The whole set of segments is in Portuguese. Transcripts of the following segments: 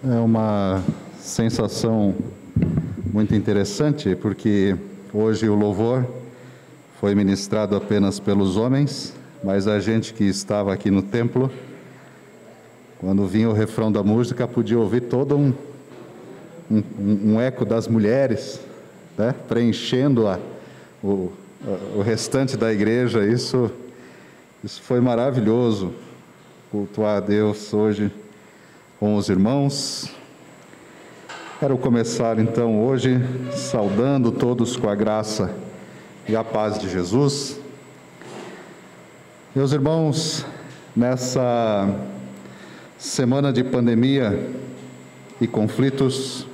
É uma sensação muito interessante, porque hoje o louvor foi ministrado apenas pelos homens, mas a gente que estava aqui no templo, quando vinha o refrão da música, podia ouvir todo um eco das mulheres, né, preenchendo o restante da igreja. Isso foi maravilhoso, cultuar a Deus hoje com os irmãos. Quero começar então hoje saudando todos com a graça e a paz de Jesus. Meus irmãos, nessa semana de pandemia e conflitos,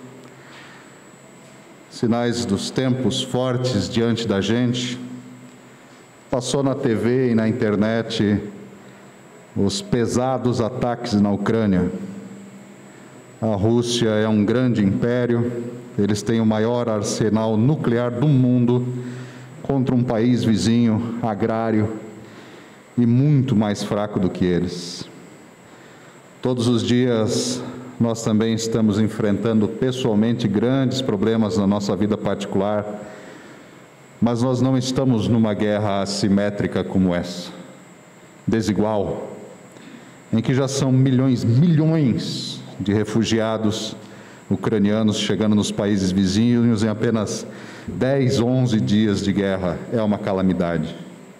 sinais dos tempos fortes diante da gente, passou na TV e na internet os pesados ataques na Ucrânia. A Rússia é um grande império, eles têm o maior arsenal nuclear do mundo contra um país vizinho, agrário e muito mais fraco do que eles. Todos os dias nós também estamos enfrentando pessoalmente grandes problemas na nossa vida particular, mas nós não estamos numa guerra assimétrica como essa, desigual, em que já são milhões de refugiados ucranianos chegando nos países vizinhos em apenas 10, 11 dias de guerra. É uma calamidade,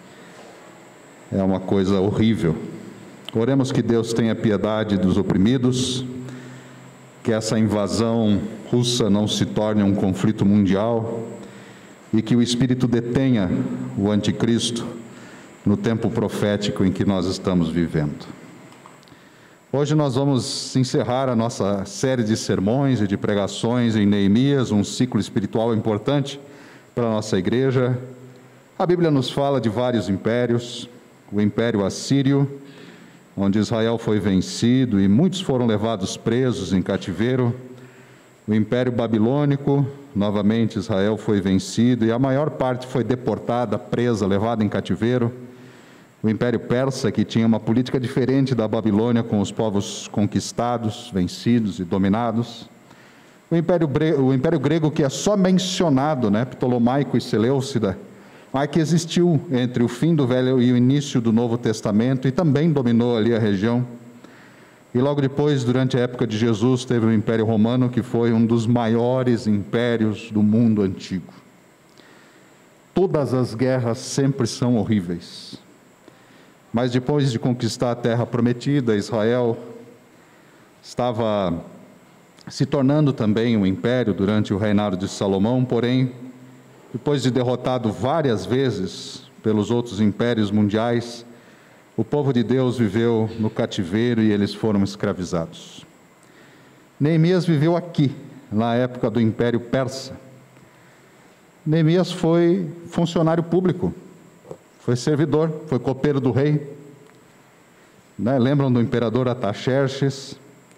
é uma coisa horrível. Oremos que Deus tenha piedade dos oprimidos, que essa invasão russa não se torne um conflito mundial e que o Espírito detenha o anticristo no tempo profético em que nós estamos vivendo. Hoje nós vamos encerrar a nossa série de sermões e de pregações em Neemias, um ciclo espiritual importante para a nossa igreja. A Bíblia nos fala de vários impérios: o Império Assírio, onde Israel foi vencido e muitos foram levados presos em cativeiro; o Império Babilônico, novamente Israel foi vencido e a maior parte foi deportada, presa, levada em cativeiro; o Império Persa, que tinha uma política diferente da Babilônia com os povos conquistados, vencidos e dominados; o Império Grego, que é só mencionado, Ptolomaico e Seleucida, mas que existiu entre o fim do Velho e o início do Novo Testamento e também dominou ali a região. E logo depois, durante a época de Jesus, teve o Império Romano, que foi um dos maiores impérios do mundo antigo. Todas as guerras sempre são horríveis. Mas depois de conquistar a terra prometida, Israel estava se tornando também um império durante o reinado de Salomão, porém, depois de derrotado várias vezes pelos outros impérios mundiais, o povo de Deus viveu no cativeiro e eles foram escravizados. Neemias viveu aqui, na época do Império Persa. Neemias foi funcionário público, foi servidor, foi copeiro do rei. Lembram do imperador Artaxerxes?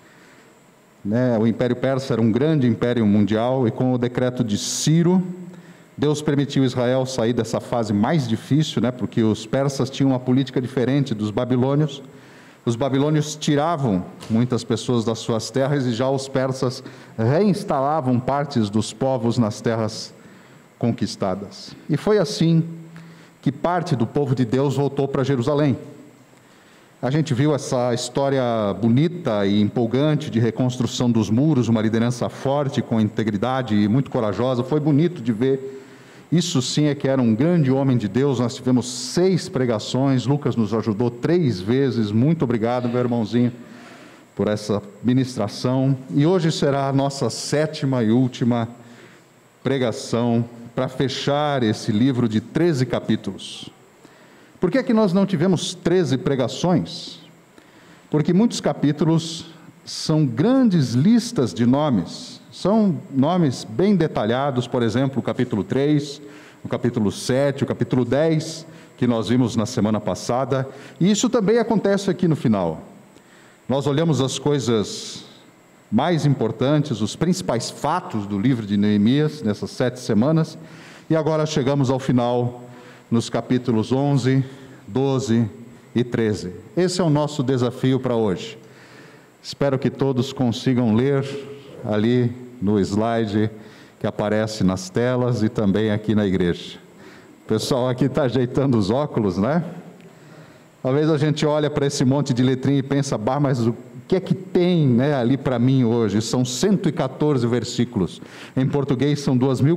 O Império Persa era um grande império mundial e com o decreto de Ciro, Deus permitiu Israel sair dessa fase mais difícil, porque os persas tinham uma política diferente dos babilônios. Os babilônios tiravam muitas pessoas das suas terras e já os persas reinstalavam partes dos povos nas terras conquistadas. E foi assim que parte do povo de Deus voltou para Jerusalém. A gente viu essa história bonita e empolgante de reconstrução dos muros, uma liderança forte, com integridade e muito corajosa. Foi bonito de ver. Isso sim é que era um grande homem de Deus. Nós tivemos 6 pregações, Lucas nos ajudou 3 vezes. Muito obrigado, meu irmãozinho, por essa ministração. E hoje será a nossa 7ª e última pregação para fechar esse livro de 13 capítulos. Por que é que nós não tivemos 13 pregações? Porque muitos capítulos são grandes listas de nomes, são nomes bem detalhados. Por exemplo, o capítulo 3, o capítulo 7, o capítulo 10, que nós vimos na semana passada, e isso também acontece aqui no final. Nós olhamos as coisas mais importantes, os principais fatos do livro de Neemias, nessas 7 semanas, e agora chegamos ao final, nos capítulos 11, 12 e 13. Esse é o nosso desafio para hoje. Espero que todos consigam ler ali no slide que aparece nas telas e também aqui na igreja. O pessoal aqui está ajeitando os óculos, né? Talvez a gente olha para esse monte de letrinha e pensa, mas o que é que tem, né, ali para mim hoje? São 114 versículos. Em português são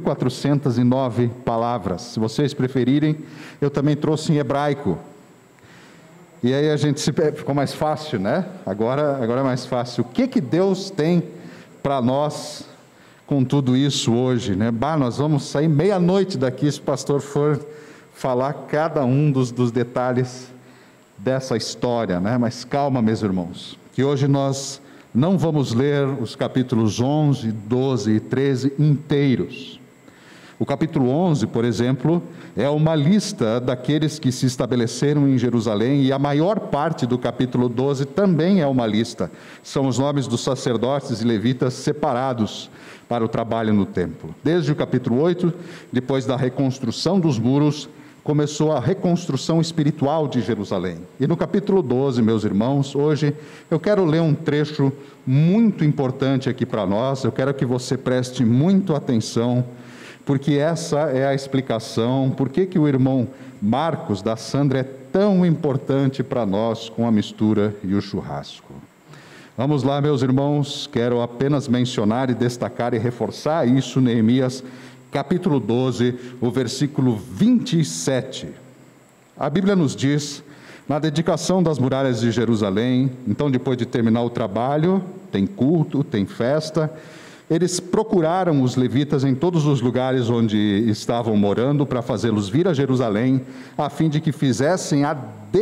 2.409 palavras. Se vocês preferirem, eu também trouxe em hebraico. E aí ficou mais fácil, né? Agora é mais fácil. O que Deus tem para nós com tudo isso hoje, né? Nós vamos sair meia-noite daqui se o pastor for falar cada um dos detalhes dessa história, né? Mas calma, meus irmãos, que hoje nós não vamos ler os capítulos 11, 12 e 13 inteiros. O capítulo 11, por exemplo, é uma lista daqueles que se estabeleceram em Jerusalém, e a maior parte do capítulo 12 também é uma lista. São os nomes dos sacerdotes e levitas separados para o trabalho no templo. Desde o capítulo 8, depois da reconstrução dos muros, começou a reconstrução espiritual de Jerusalém. E no capítulo 12, meus irmãos, hoje eu quero ler um trecho muito importante aqui para nós. Eu quero que você preste muito atenção, porque essa é a explicação, por que o irmão Marcos da Sandra é tão importante para nós com a mistura e o churrasco. Vamos lá, meus irmãos, quero apenas mencionar e destacar e reforçar isso, Neemias, capítulo 12, o versículo 27. A Bíblia nos diz, na dedicação das muralhas de Jerusalém, então depois de terminar o trabalho, tem culto, tem festa, eles procuraram os levitas em todos os lugares onde estavam morando para fazê-los vir a Jerusalém, a fim de que fizessem a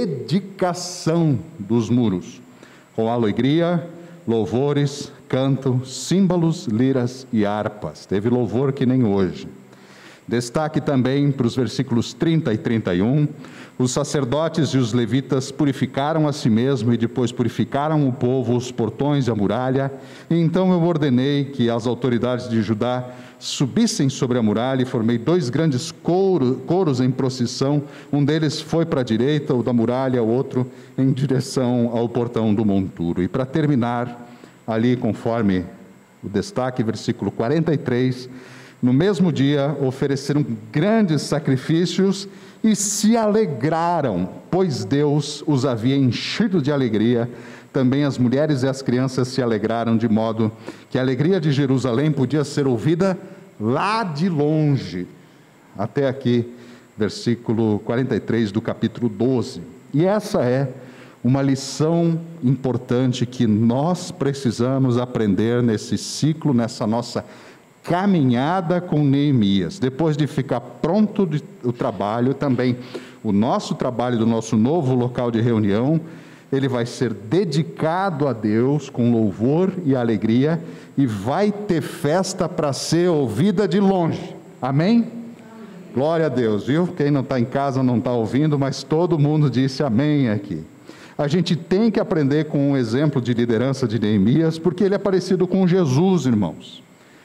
dedicação dos muros, com alegria, louvores, canto, símbolos, liras e harpas. Teve louvor que nem hoje. Destaque também para os versículos 30 e 31, os sacerdotes e os levitas purificaram a si mesmos e depois purificaram o povo, os portões e a muralha, e então eu ordenei que as autoridades de Judá subissem sobre a muralha e formei 2 grandes coros em procissão, um deles foi para a direita, o da muralha, o outro em direção ao portão do monturo. E para terminar, ali conforme o destaque, versículo 43, no mesmo dia ofereceram grandes sacrifícios e se alegraram, pois Deus os havia enchido de alegria. Também as mulheres e as crianças se alegraram, de modo que a alegria de Jerusalém podia ser ouvida lá de longe. Até aqui, versículo 43 do capítulo 12. E essa é uma lição importante que nós precisamos aprender nesse ciclo, nessa nossa caminhada com Neemias. Depois de ficar pronto o trabalho, também o nosso trabalho do nosso novo local de reunião, ele vai ser dedicado a Deus com louvor e alegria, e vai ter festa para ser ouvida de longe. Amém? Glória a Deus, viu? Quem não está em casa não está ouvindo, mas todo mundo disse amém aqui. A gente tem que aprender com um exemplo de liderança de Neemias, porque ele é parecido com Jesus, irmãos.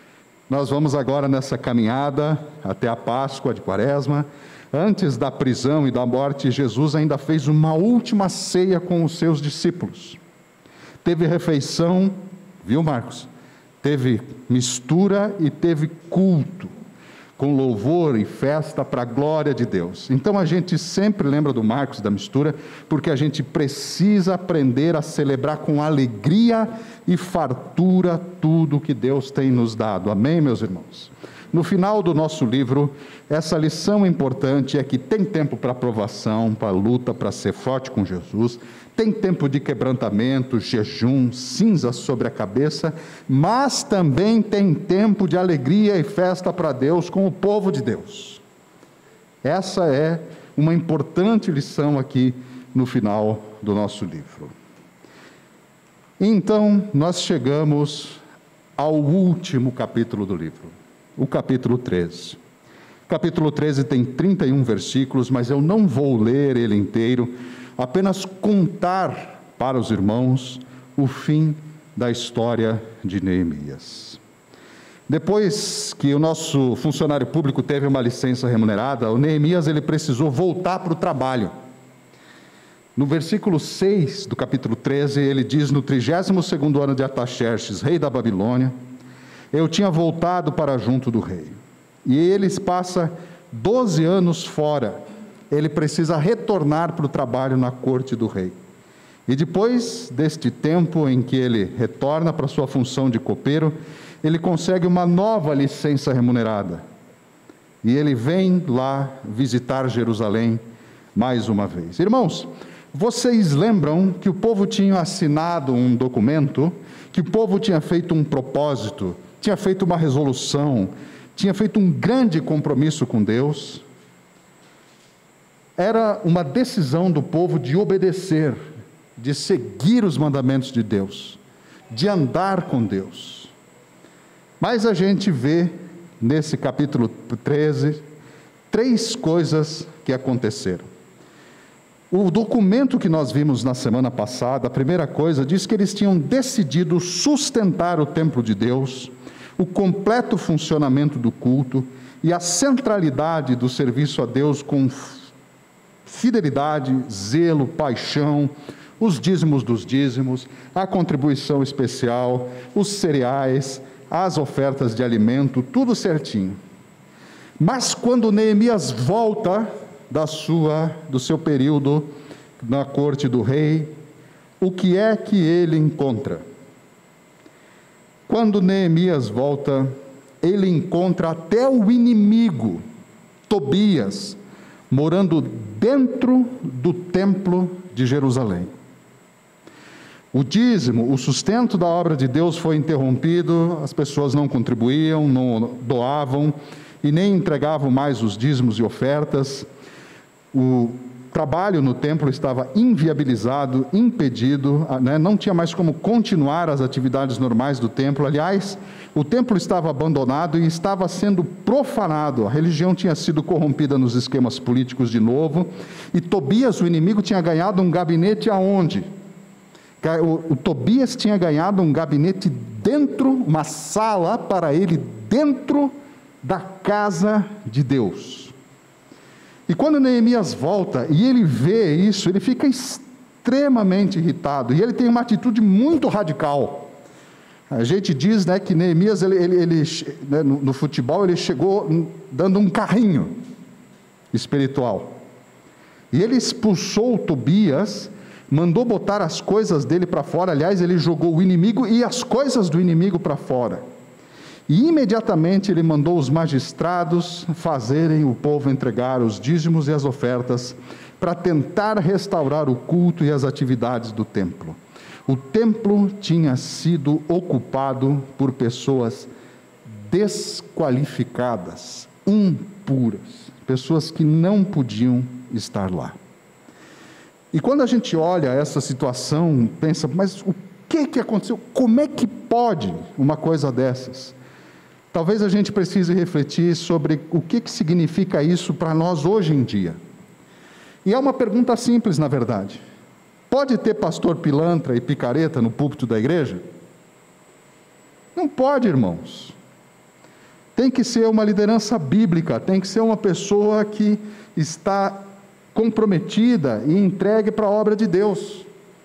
Nós vamos agora nessa caminhada até a Páscoa de Quaresma. Antes da prisão e da morte, Jesus ainda fez uma última ceia com os seus discípulos. Teve refeição, viu, Marcos? Teve mistura e teve culto, com louvor e festa para a glória de Deus. Então a gente sempre lembra do Marcos da mistura, porque a gente precisa aprender a celebrar com alegria e fartura tudo que Deus tem nos dado. Amém, meus irmãos? No final do nosso livro, essa lição importante é que tem tempo para provação, para luta, para ser forte com Jesus, tem tempo de quebrantamento, jejum, cinza sobre a cabeça, mas também tem tempo de alegria e festa para Deus com o povo de Deus. Essa é uma importante lição aqui no final do nosso livro. Então, nós chegamos ao último capítulo do livro, o capítulo 13. O capítulo 13 tem 31 versículos, mas eu não vou ler ele inteiro, apenas contar para os irmãos o fim da história de Neemias. Depois que o nosso funcionário público teve uma licença remunerada, o Neemias ele precisou voltar para o trabalho. No versículo 6 do capítulo 13, ele diz: no 32º ano de Artaxerxes, rei da Babilônia, eu tinha voltado para junto do rei. E ele passa 12 anos fora. Ele precisa retornar para o trabalho na corte do rei. E depois deste tempo em que ele retorna para sua função de copeiro, ele consegue uma nova licença remunerada. E ele vem lá visitar Jerusalém mais uma vez. Irmãos, vocês lembram que o povo tinha assinado um documento, que o povo tinha feito um propósito, tinha feito uma resolução, tinha feito um grande compromisso com Deus? Era uma decisão do povo de obedecer, de seguir os mandamentos de Deus, de andar com Deus. Mas a gente vê, nesse capítulo 13, 3 coisas que aconteceram. O documento que nós vimos na semana passada, a primeira coisa, diz que eles tinham decidido sustentar o templo de Deus, o completo funcionamento do culto e a centralidade do serviço a Deus com fidelidade, zelo, paixão, os dízimos dos dízimos, a contribuição especial, os cereais, as ofertas de alimento, tudo certinho. Mas quando Neemias volta do seu período na corte do rei, o que é que ele encontra? Quando Neemias volta, ele encontra até o inimigo, Tobias, morando dentro do templo de Jerusalém. O dízimo, o sustento da obra de Deus foi interrompido, as pessoas não contribuíam, não doavam e nem entregavam mais os dízimos e ofertas. O trabalho no templo estava inviabilizado, impedido, não tinha mais como continuar as atividades normais do templo. Aliás, o templo estava abandonado e estava sendo profanado, a religião tinha sido corrompida nos esquemas políticos de novo, e Tobias, o inimigo, tinha ganhado um gabinete aonde? O Tobias tinha ganhado um gabinete dentro, uma sala para ele dentro da casa de Deus. E quando Neemias volta e ele vê isso, ele fica extremamente irritado, e ele tem uma atitude muito radical. A gente diz, que Neemias, no futebol, ele chegou dando um carrinho espiritual. E ele expulsou Tobias, mandou botar as coisas dele para fora. Aliás, ele jogou o inimigo e as coisas do inimigo para fora. E imediatamente ele mandou os magistrados fazerem o povo entregar os dízimos e as ofertas para tentar restaurar o culto e as atividades do templo. O templo tinha sido ocupado por pessoas desqualificadas, impuras, pessoas que não podiam estar lá. E quando a gente olha essa situação, pensa, mas o que aconteceu? Como é que pode uma coisa dessas? Talvez a gente precise refletir sobre o que significa isso para nós hoje em dia. E é uma pergunta simples, na verdade. Pode ter pastor pilantra e picareta no púlpito da igreja? Não pode, irmãos. Tem que ser uma liderança bíblica, tem que ser uma pessoa que está comprometida e entregue para a obra de Deus.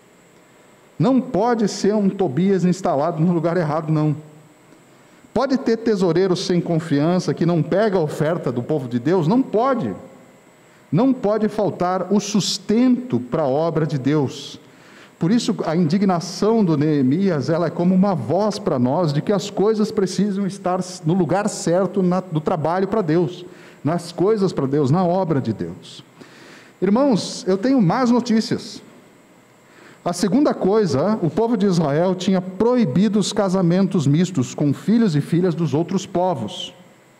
Não pode ser um Tobias instalado no lugar errado, não. Pode ter tesoureiro sem confiança, que não pega a oferta do povo de Deus? Não pode. Não pode faltar o sustento para a obra de Deus. Por isso, a indignação do Neemias, ela é como uma voz para nós, de que as coisas precisam estar no lugar certo do trabalho para Deus, nas coisas para Deus, na obra de Deus. Irmãos, eu tenho más notícias. A segunda coisa, o povo de Israel tinha proibido os casamentos mistos com filhos e filhas dos outros povos.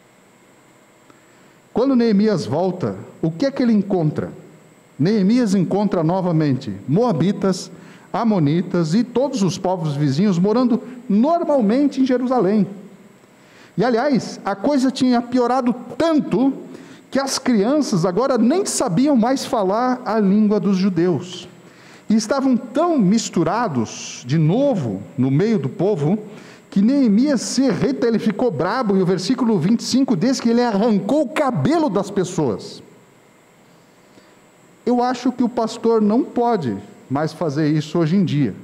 Quando Neemias volta, o que é que ele encontra? Neemias encontra novamente moabitas, amonitas e todos os povos vizinhos morando normalmente em Jerusalém. E aliás, a coisa tinha piorado tanto que as crianças agora nem sabiam mais falar a língua dos judeus. E estavam tão misturados, de novo, no meio do povo, que Neemias se irrita, ele ficou brabo, e o versículo 25 diz que ele arrancou o cabelo das pessoas. Eu acho que o pastor não pode mais fazer isso hoje em dia.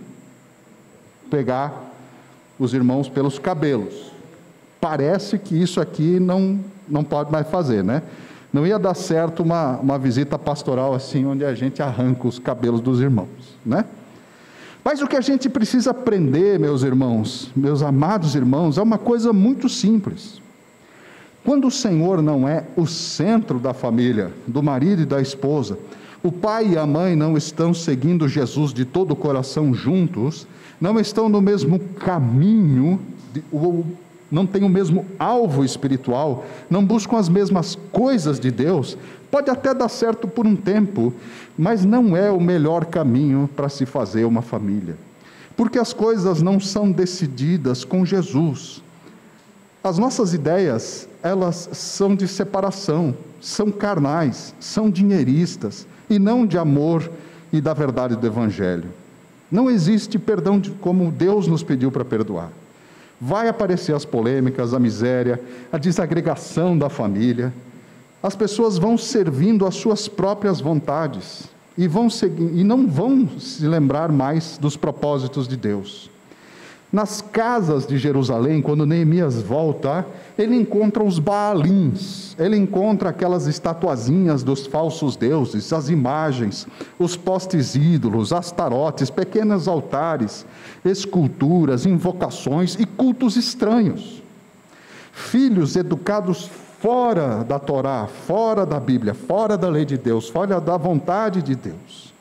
Pegar os irmãos pelos cabelos. Parece que isso aqui não pode mais fazer, né? Não ia dar certo uma visita pastoral assim, onde a gente arranca os cabelos dos irmãos, né? Mas o que a gente precisa aprender, meus irmãos, meus amados irmãos, é uma coisa muito simples. Quando o Senhor não é o centro da família, do marido e da esposa, o pai e a mãe não estão seguindo Jesus de todo o coração juntos, não estão no mesmo caminho, não têm o mesmo alvo espiritual, não buscam as mesmas coisas de Deus, pode até dar certo por um tempo, mas não é o melhor caminho para se fazer uma família, porque as coisas não são decididas com Jesus. As nossas ideias, elas são de separação, são carnais, são dinheiristas, e não de amor e da verdade do Evangelho. Não existe perdão como Deus nos pediu para perdoar. Vai aparecer as polêmicas, a miséria, a desagregação da família. As pessoas vão servindo às suas próprias vontades e não vão se lembrar mais dos propósitos de Deus. Nas casas de Jerusalém, quando Neemias volta, ele encontra os Baalins, ele encontra aquelas estatuazinhas dos falsos deuses, as imagens, os postes ídolos, astarotes, pequenos altares, esculturas, invocações e cultos estranhos. Filhos educados fora da Torá, fora da Bíblia, fora da lei de Deus, fora da vontade de Deus.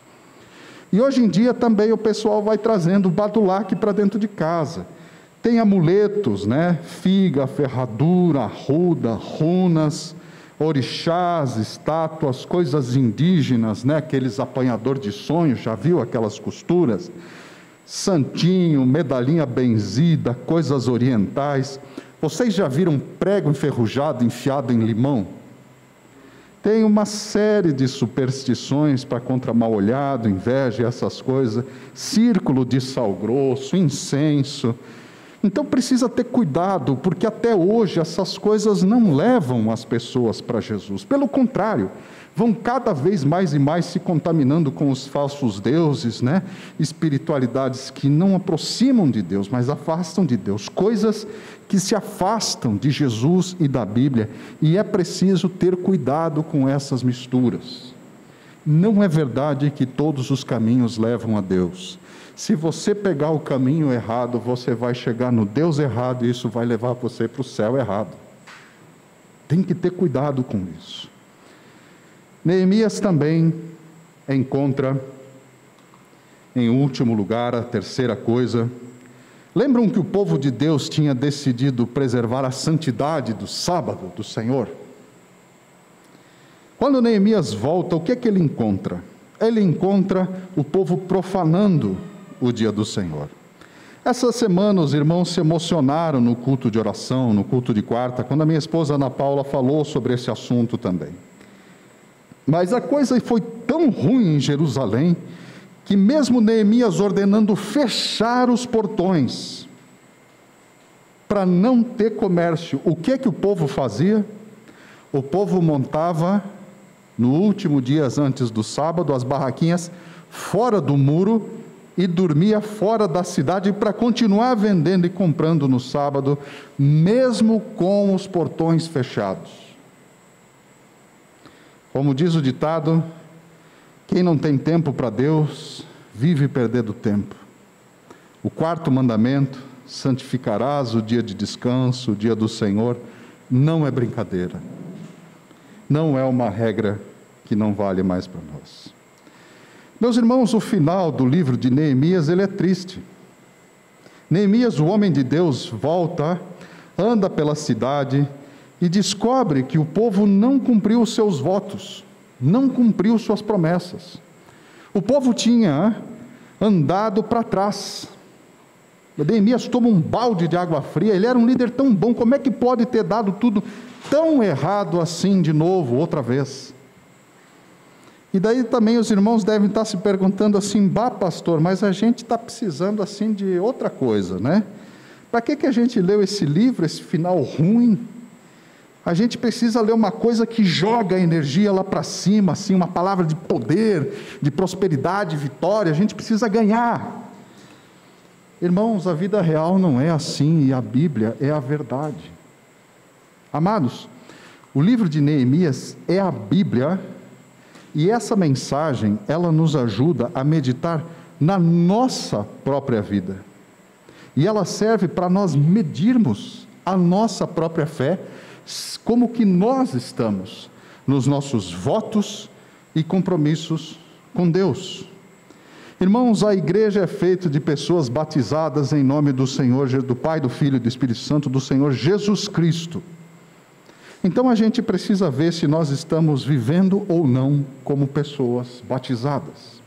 E hoje em dia também o pessoal vai trazendo o badulaque para dentro de casa. Tem amuletos, né? Figa, ferradura, arruda, runas, orixás, estátuas, coisas indígenas, né? Aqueles apanhador de sonhos, já viu aquelas costuras? Santinho, medalhinha benzida, coisas orientais. Vocês já viram prego enferrujado enfiado em limão? Tem uma série de superstições para contra mal-olhado, inveja e essas coisas, círculo de sal grosso, incenso. Então precisa ter cuidado, porque até hoje essas coisas não levam as pessoas para Jesus. Pelo contrário, vão cada vez mais e mais se contaminando com os falsos deuses, né? Espiritualidades que não aproximam de Deus, mas afastam de Deus. Coisas que se afastam de Jesus e da Bíblia, e é preciso ter cuidado com essas misturas. Não é verdade que todos os caminhos levam a Deus. Se você pegar o caminho errado, você vai chegar no Deus errado, e isso vai levar você para o céu errado. Tem que ter cuidado com isso. Neemias também encontra, em último lugar, a terceira coisa. Lembram que o povo de Deus tinha decidido preservar a santidade do sábado do Senhor? Quando Neemias volta, o que é que ele encontra? Ele encontra o povo profanando o dia do Senhor. Essa semana os irmãos se emocionaram no culto de oração, no culto de quarta, quando a minha esposa Ana Paula falou sobre esse assunto também. Mas a coisa foi tão ruim em Jerusalém, que mesmo Neemias ordenando fechar os portões, para não ter comércio, o que o povo fazia? O povo montava, no último dia antes do sábado, as barraquinhas fora do muro, e dormia fora da cidade para continuar vendendo e comprando no sábado, mesmo com os portões fechados. Como diz o ditado, quem não tem tempo para Deus, vive perdendo tempo. O quarto mandamento, santificarás o dia de descanso, o dia do Senhor, não é brincadeira. Não é uma regra que não vale mais para nós. Meus irmãos, o final do livro de Neemias, ele é triste. Neemias, o homem de Deus, volta, anda pela cidade e descobre que o povo não cumpriu os seus votos, não cumpriu suas promessas. O povo tinha andado para trás. Neemias toma um balde de água fria, ele era um líder tão bom, como é que pode ter dado tudo tão errado assim de novo, outra vez? E daí também os irmãos devem estar se perguntando assim, pastor, mas a gente está precisando assim de outra coisa, né? Para que a gente leu esse livro, esse final ruim? A gente precisa ler uma coisa que joga a energia lá para cima, assim, uma palavra de poder, de prosperidade, vitória. A gente precisa ganhar. Irmãos, a vida real não é assim, e a Bíblia é a verdade. Amados, o livro de Neemias é a Bíblia, e essa mensagem, ela nos ajuda a meditar na nossa própria vida. E ela serve para nós medirmos a nossa própria fé, como que nós estamos nos nossos votos e compromissos com Deus. Irmãos, a igreja é feita de pessoas batizadas em nome do Senhor, do Pai, do Filho e do Espírito Santo, do Senhor Jesus Cristo. Então a gente precisa ver se nós estamos vivendo ou não como pessoas batizadas.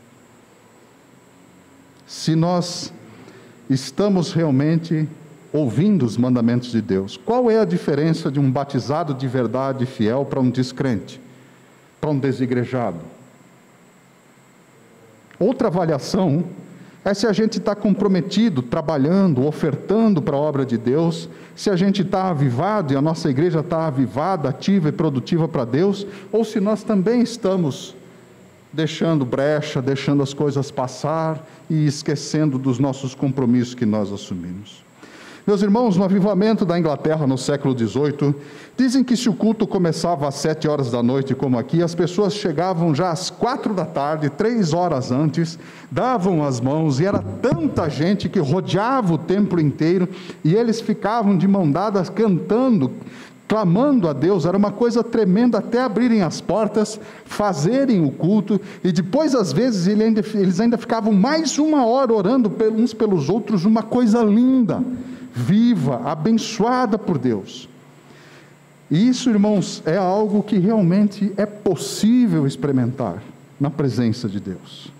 Se nós estamos realmente ouvindo os mandamentos de Deus. Qual é a diferença de um batizado de verdade e fiel para um descrente? Para um desigrejado? Outra avaliação é se a gente está comprometido, trabalhando, ofertando para a obra de Deus, se a gente está avivado e a nossa igreja está avivada, ativa e produtiva para Deus, ou se nós também estamos deixando brecha, deixando as coisas passar e esquecendo dos nossos compromissos que nós assumimos. Meus irmãos, no avivamento da Inglaterra no século XVIII, dizem que se o culto começava às 7 horas da noite, como aqui, as pessoas chegavam já às 4 da tarde, 3 horas antes, davam as mãos, e era tanta gente que rodeava o templo inteiro, e eles ficavam de mão dadas cantando, clamando a Deus. Era uma coisa tremenda, até abrirem as portas, fazerem o culto, e depois às vezes eles ainda ficavam mais 1 hora orando uns pelos outros, uma coisa linda, viva, abençoada por Deus. E isso, irmãos, é algo que realmente é possível experimentar na presença de Deus.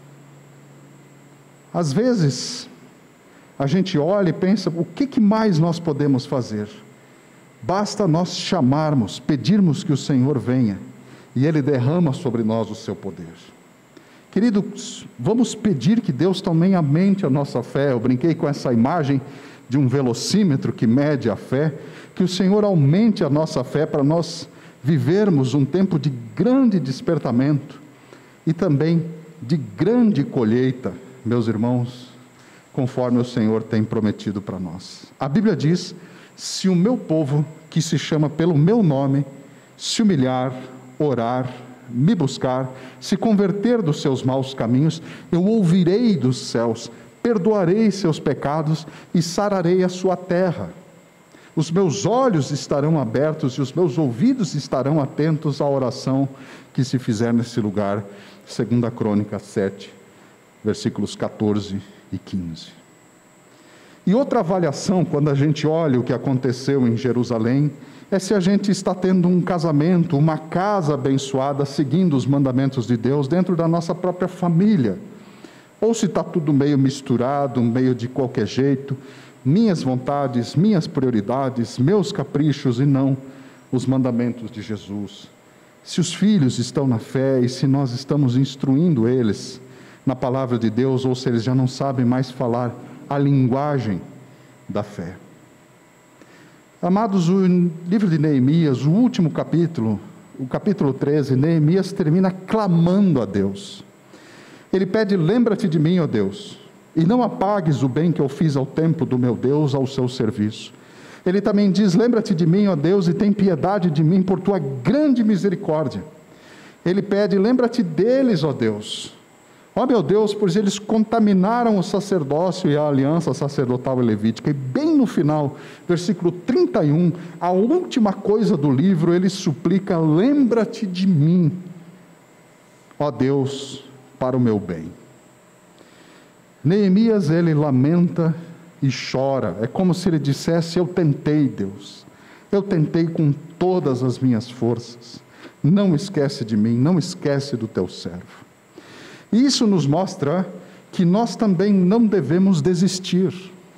Às vezes, a gente olha e pensa, o que mais nós podemos fazer? Basta nós chamarmos, pedirmos que o Senhor venha, e Ele derrama sobre nós o seu poder. Queridos, vamos pedir que Deus também aumente a nossa fé. Eu brinquei com essa imagem de um velocímetro que mede a fé, que o Senhor aumente a nossa fé para nós vivermos um tempo de grande despertamento e também de grande colheita, meus irmãos, conforme o Senhor tem prometido para nós. A Bíblia diz: se o meu povo, que se chama pelo meu nome, se humilhar, orar, me buscar, se converter dos seus maus caminhos, eu ouvirei dos céus, perdoarei seus pecados e sararei a sua terra. Os meus olhos estarão abertos e os meus ouvidos estarão atentos à oração que se fizer nesse lugar. 2 Crônicas 7, versículos 14 e 15. E outra avaliação, quando a gente olha o que aconteceu em Jerusalém, é se a gente está tendo um casamento, uma casa abençoada, seguindo os mandamentos de Deus dentro da nossa própria família. Ou se está tudo meio misturado, meio de qualquer jeito, minhas vontades, minhas prioridades, meus caprichos e não os mandamentos de Jesus. Se os filhos estão na fé e se nós estamos instruindo eles na palavra de Deus, ou se eles já não sabem mais falar a linguagem da fé. Amados, o livro de Neemias, o último capítulo, o capítulo 13, Neemias termina clamando a Deus. Ele pede: lembra-te de mim, ó Deus, e não apagues o bem que eu fiz ao templo do meu Deus, ao seu serviço. Ele também diz: lembra-te de mim, ó Deus, e tem piedade de mim por tua grande misericórdia. Ele pede: lembra-te deles, ó Deus. Ó meu Deus, pois eles contaminaram o sacerdócio e a aliança sacerdotal e levítica. E bem no final, versículo 31, a última coisa do livro, ele suplica: lembra-te de mim, ó Deus, para o meu bem. Neemias, ele lamenta e chora. É como se ele dissesse: eu tentei, Deus, eu tentei com todas as minhas forças, não esquece de mim, não esquece do teu servo. E isso nos mostra que nós também não devemos desistir,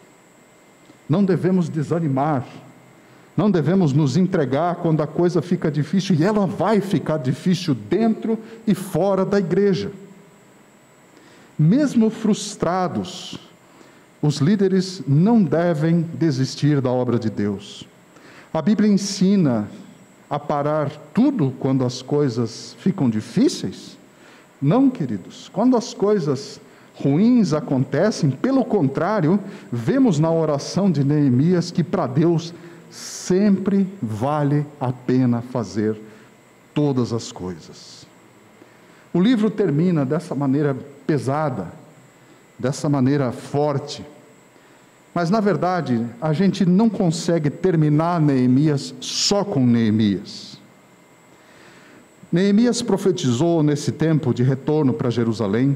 não devemos desanimar, não devemos nos entregar quando a coisa fica difícil, e ela vai ficar difícil dentro e fora da igreja. Mesmo frustrados, os líderes não devem desistir da obra de Deus. A Bíblia ensina a parar tudo quando as coisas ficam difíceis? Não, queridos. Quando as coisas ruins acontecem, pelo contrário, vemos na oração de Neemias que para Deus sempre vale a pena fazer todas as coisas. O livro termina dessa maneira pesada, dessa maneira forte, mas na verdade a gente não consegue terminar Neemias só com Neemias. Neemias profetizou nesse tempo de retorno para Jerusalém,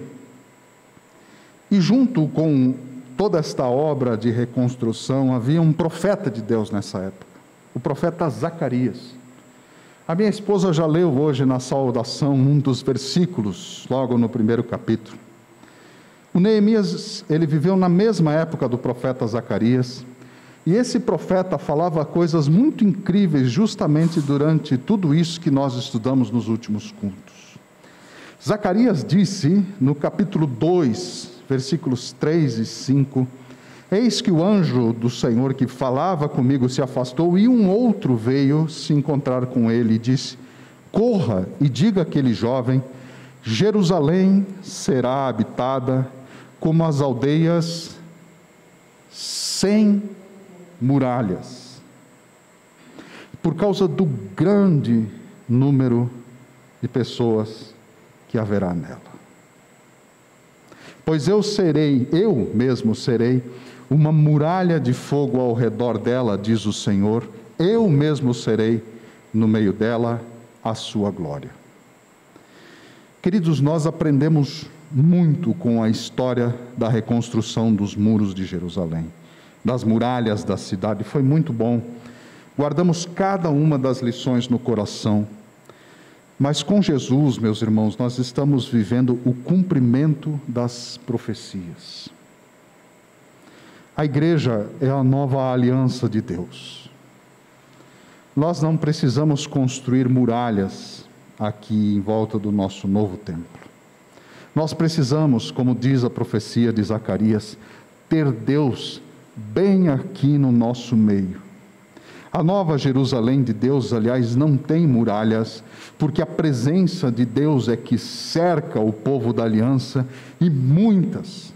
e junto com toda esta obra de reconstrução havia um profeta de Deus nessa época, o profeta Zacarias. A minha esposa já leu hoje na saudação um dos versículos, logo no primeiro capítulo. O Neemias, ele viveu na mesma época do profeta Zacarias, e esse profeta falava coisas muito incríveis justamente durante tudo isso que nós estudamos nos últimos cultos. Zacarias disse, no capítulo 2, versículos 3 e 5, eis que o anjo do Senhor que falava comigo se afastou, e um outro veio se encontrar com ele e disse, corra e diga àquele jovem, Jerusalém será habitada como as aldeias sem muralhas, por causa do grande número de pessoas que haverá nela. Pois eu mesmo serei uma muralha de fogo ao redor dela, diz o Senhor, eu mesmo serei no meio dela a sua glória. Queridos, nós aprendemos muito com a história da reconstrução dos muros de Jerusalém, das muralhas da cidade, foi muito bom. Guardamos cada uma das lições no coração. Mas com Jesus, meus irmãos, nós estamos vivendo o cumprimento das profecias. A igreja é a nova aliança de Deus. Nós não precisamos construir muralhas aqui em volta do nosso novo templo. Nós precisamos, como diz a profecia de Zacarias, ter Deus bem aqui no nosso meio. A nova Jerusalém de Deus, aliás, não tem muralhas, porque a presença de Deus é que cerca o povo da aliança, e muitas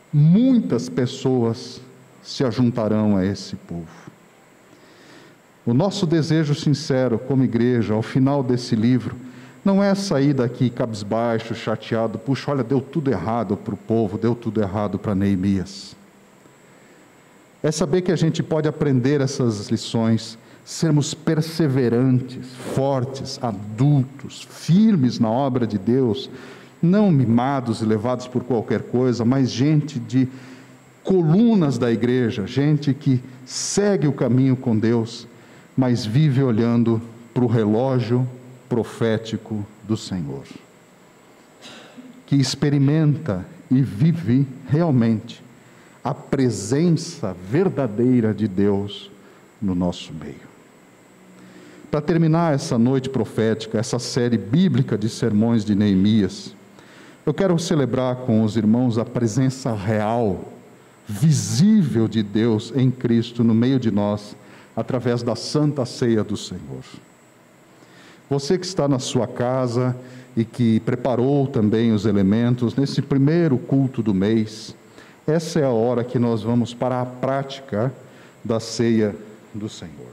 pessoas se ajuntarão a esse povo. O nosso desejo sincero como igreja, ao final desse livro, não é sair daqui cabisbaixo, chateado, puxa, olha, deu tudo errado para o povo, deu tudo errado para Neemias. É saber que a gente pode aprender essas lições, sermos perseverantes, fortes, adultos, firmes na obra de Deus, não mimados e levados por qualquer coisa, mas gente de colunas da igreja, gente que segue o caminho com Deus, mas vive olhando para o relógio profético do Senhor, que experimenta e vive realmente a presença verdadeira de Deus no nosso meio. Para terminar essa noite profética, essa série bíblica de sermões de Neemias, eu quero celebrar com os irmãos a presença real, visível de Deus em Cristo no meio de nós, através da Santa Ceia do Senhor. Você que está na sua casa e que preparou também os elementos, nesse primeiro culto do mês, essa é a hora que nós vamos para a prática da ceia do Senhor.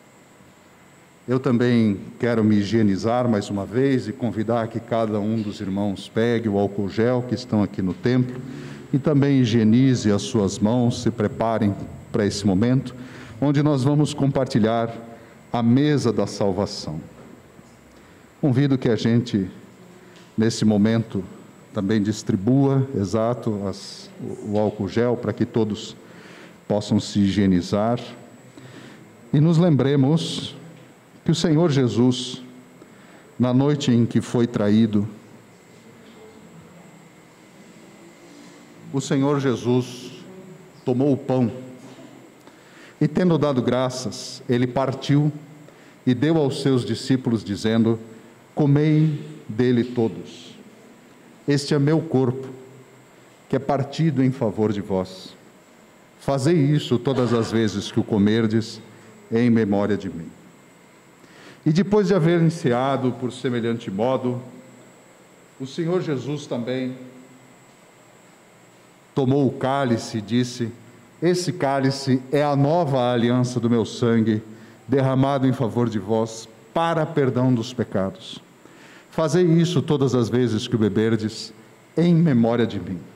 Eu também quero me higienizar mais uma vez e convidar que cada um dos irmãos pegue o álcool gel que estão aqui no templo e também higienize as suas mãos, se preparem para esse momento, onde nós vamos compartilhar a mesa da salvação. Convido que a gente, nesse momento, também distribua, o álcool gel para que todos possam se higienizar. E nos lembremos que o Senhor Jesus, na noite em que foi traído, o Senhor Jesus tomou o pão e, tendo dado graças, ele partiu e deu aos seus discípulos, dizendo: comei dele todos. Este é meu corpo, que é partido em favor de vós. Fazei isso todas as vezes que o comerdes, em memória de mim. E depois de haver iniciado por semelhante modo, o Senhor Jesus também tomou o cálice e disse: esse cálice é a nova aliança do meu sangue, derramado em favor de vós, para perdão dos pecados. Fazei isso todas as vezes que o beberdes, em memória de mim.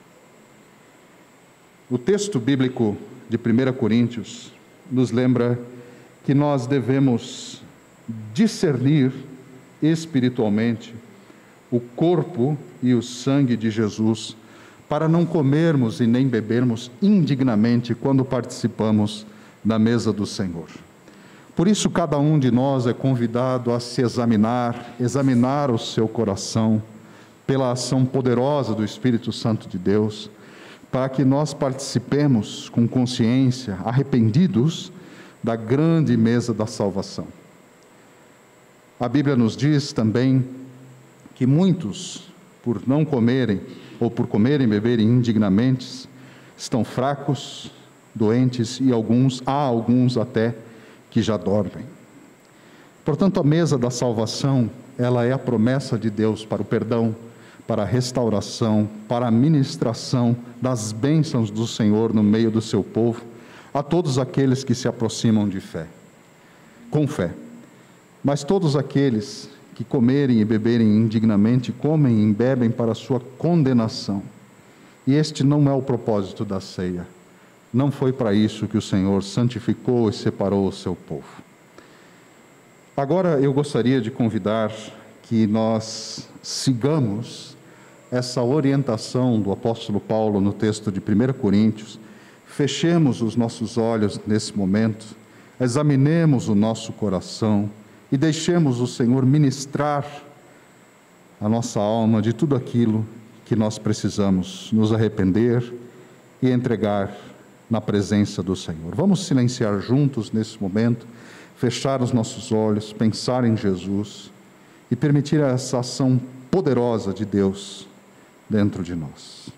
O texto bíblico de 1 Coríntios nos lembra que nós devemos discernir espiritualmente o corpo e o sangue de Jesus, para não comermos e nem bebermos indignamente quando participamos da mesa do Senhor. Por isso, cada um de nós é convidado a se examinar o seu coração, pela ação poderosa do Espírito Santo de Deus, para que nós participemos com consciência, arrependidos, da grande mesa da salvação. A Bíblia nos diz também que muitos, por não comerem, ou por comerem e beberem indignamente, estão fracos, doentes, e há alguns até que já dormem. Portanto, a mesa da salvação, ela é a promessa de Deus para o perdão, para a restauração, para a ministração das bênçãos do Senhor no meio do seu povo, a todos aqueles que se aproximam de fé, com fé. Mas todos aqueles que comerem e beberem indignamente, comem e bebem para a sua condenação. E este não é o propósito da ceia. Não foi para isso que o Senhor santificou e separou o seu povo. Agora eu gostaria de convidar que nós sigamos essa orientação do apóstolo Paulo no texto de 1 Coríntios, fechemos os nossos olhos nesse momento, examinemos o nosso coração e deixemos o Senhor ministrar a nossa alma de tudo aquilo que nós precisamos nos arrepender e entregar na presença do Senhor. Vamos silenciar juntos nesse momento, fechar os nossos olhos, pensar em Jesus e permitir essa ação poderosa de Deus dentro de nós.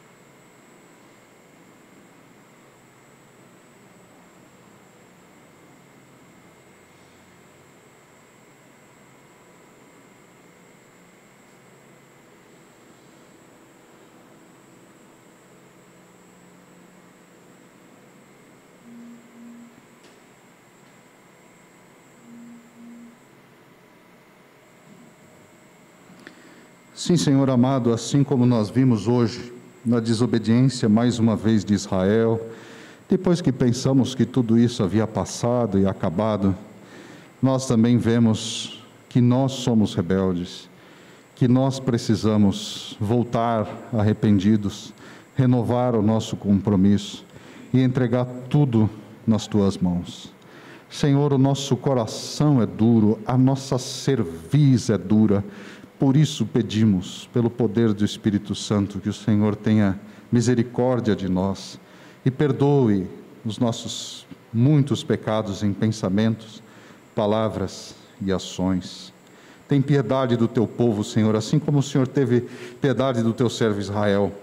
Sim, Senhor amado, assim como nós vimos hoje, na desobediência mais uma vez de Israel, depois que pensamos que tudo isso havia passado e acabado, nós também vemos que nós somos rebeldes, que nós precisamos voltar arrependidos, renovar o nosso compromisso e entregar tudo nas Tuas mãos. Senhor, o nosso coração é duro, a nossa cerviz é dura. Por isso pedimos, pelo poder do Espírito Santo, que o Senhor tenha misericórdia de nós e perdoe os nossos muitos pecados em pensamentos, palavras e ações. Tem piedade do Teu povo, Senhor, assim como o Senhor teve piedade do Teu servo Israel.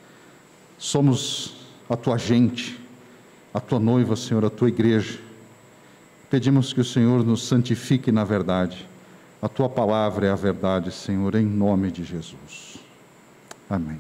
Somos a Tua gente, a Tua noiva, Senhor, a Tua igreja. Pedimos que o Senhor nos santifique na verdade. A Tua palavra é a verdade, Senhor, em nome de Jesus. Amém.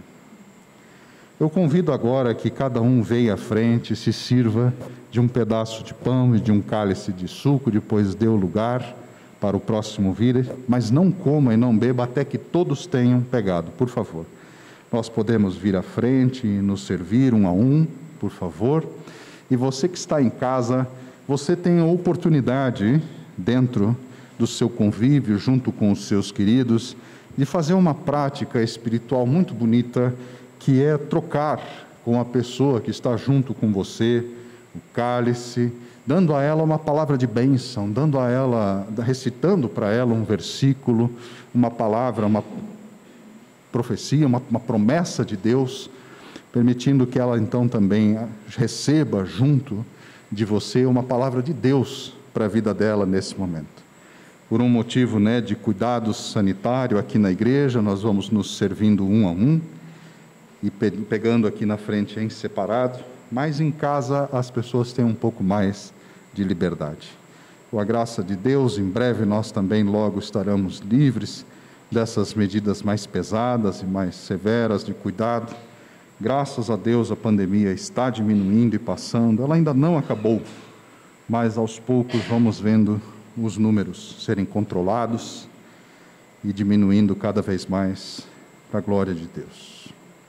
Eu convido agora que cada um venha à frente e se sirva de um pedaço de pão e de um cálice de suco, depois dê o lugar para o próximo vir, mas não coma e não beba até que todos tenham pegado, por favor. Nós podemos vir à frente e nos servir um a um, por favor. E você que está em casa, você tem a oportunidade, dentro do seu convívio, junto com os seus queridos, de fazer uma prática espiritual muito bonita, que é trocar com a pessoa que está junto com você o cálice, dando a ela uma palavra de bênção, dando a ela, recitando para ela um versículo, uma palavra, uma profecia, uma promessa de Deus, permitindo que ela então também receba junto de você uma palavra de Deus para a vida dela nesse momento. Por um motivo de cuidado sanitário aqui na igreja, nós vamos nos servindo um a um e pegando aqui na frente em separado, mas em casa as pessoas têm um pouco mais de liberdade. Com a graça de Deus, em breve nós também logo estaremos livres dessas medidas mais pesadas e mais severas de cuidado. Graças a Deus a pandemia está diminuindo e passando, ela ainda não acabou, mas aos poucos vamos vendo os números serem controlados e diminuindo cada vez mais para a glória de Deus.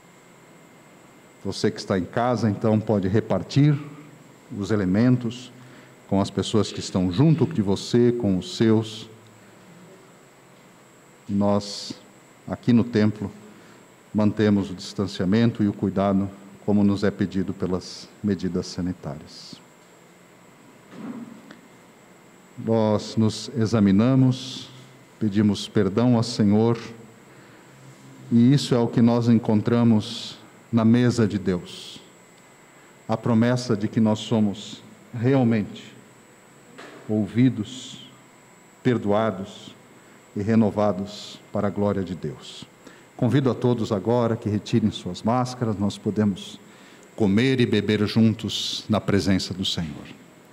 Você que está em casa, então, pode repartir os elementos com as pessoas que estão junto de você, com os seus. Nós, aqui no templo, mantemos o distanciamento e o cuidado, como nos é pedido pelas medidas sanitárias. Nós nos examinamos, pedimos perdão ao Senhor, e isso é o que nós encontramos na mesa de Deus. A promessa de que nós somos realmente ouvidos, perdoados e renovados para a glória de Deus. Convido a todos agora que retirem suas máscaras, nós podemos comer e beber juntos na presença do Senhor.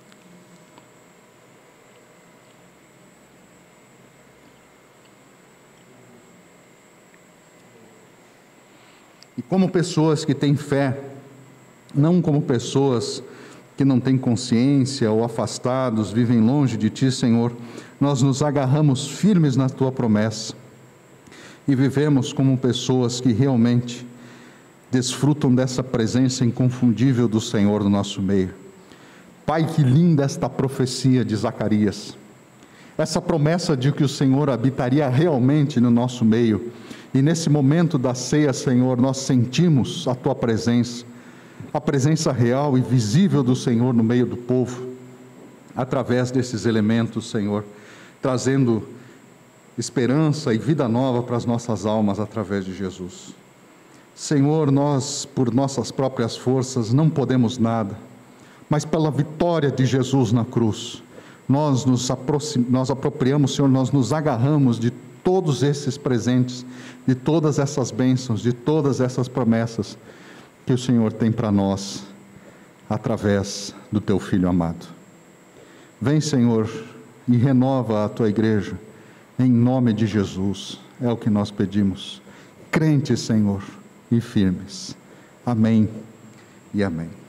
E como pessoas que têm fé, não como pessoas que não têm consciência ou afastados, vivem longe de Ti, Senhor, nós nos agarramos firmes na Tua promessa e vivemos como pessoas que realmente desfrutam dessa presença inconfundível do Senhor no nosso meio. Pai, que linda esta profecia de Zacarias, essa promessa de que o Senhor habitaria realmente no nosso meio, e nesse momento da ceia, Senhor, nós sentimos a Tua presença, a presença real e visível do Senhor no meio do povo, através desses elementos, Senhor, trazendo esperança e vida nova para as nossas almas através de Jesus. Senhor, nós, por nossas próprias forças, não podemos nada, mas pela vitória de Jesus na cruz, nós apropriamos, Senhor, nós nos agarramos de todos esses presentes, de todas essas bênçãos, de todas essas promessas que o Senhor tem para nós, através do Teu Filho amado. Vem, Senhor, e renova a Tua igreja, em nome de Jesus, é o que nós pedimos, crentes, Senhor, e firmes. Amém e amém.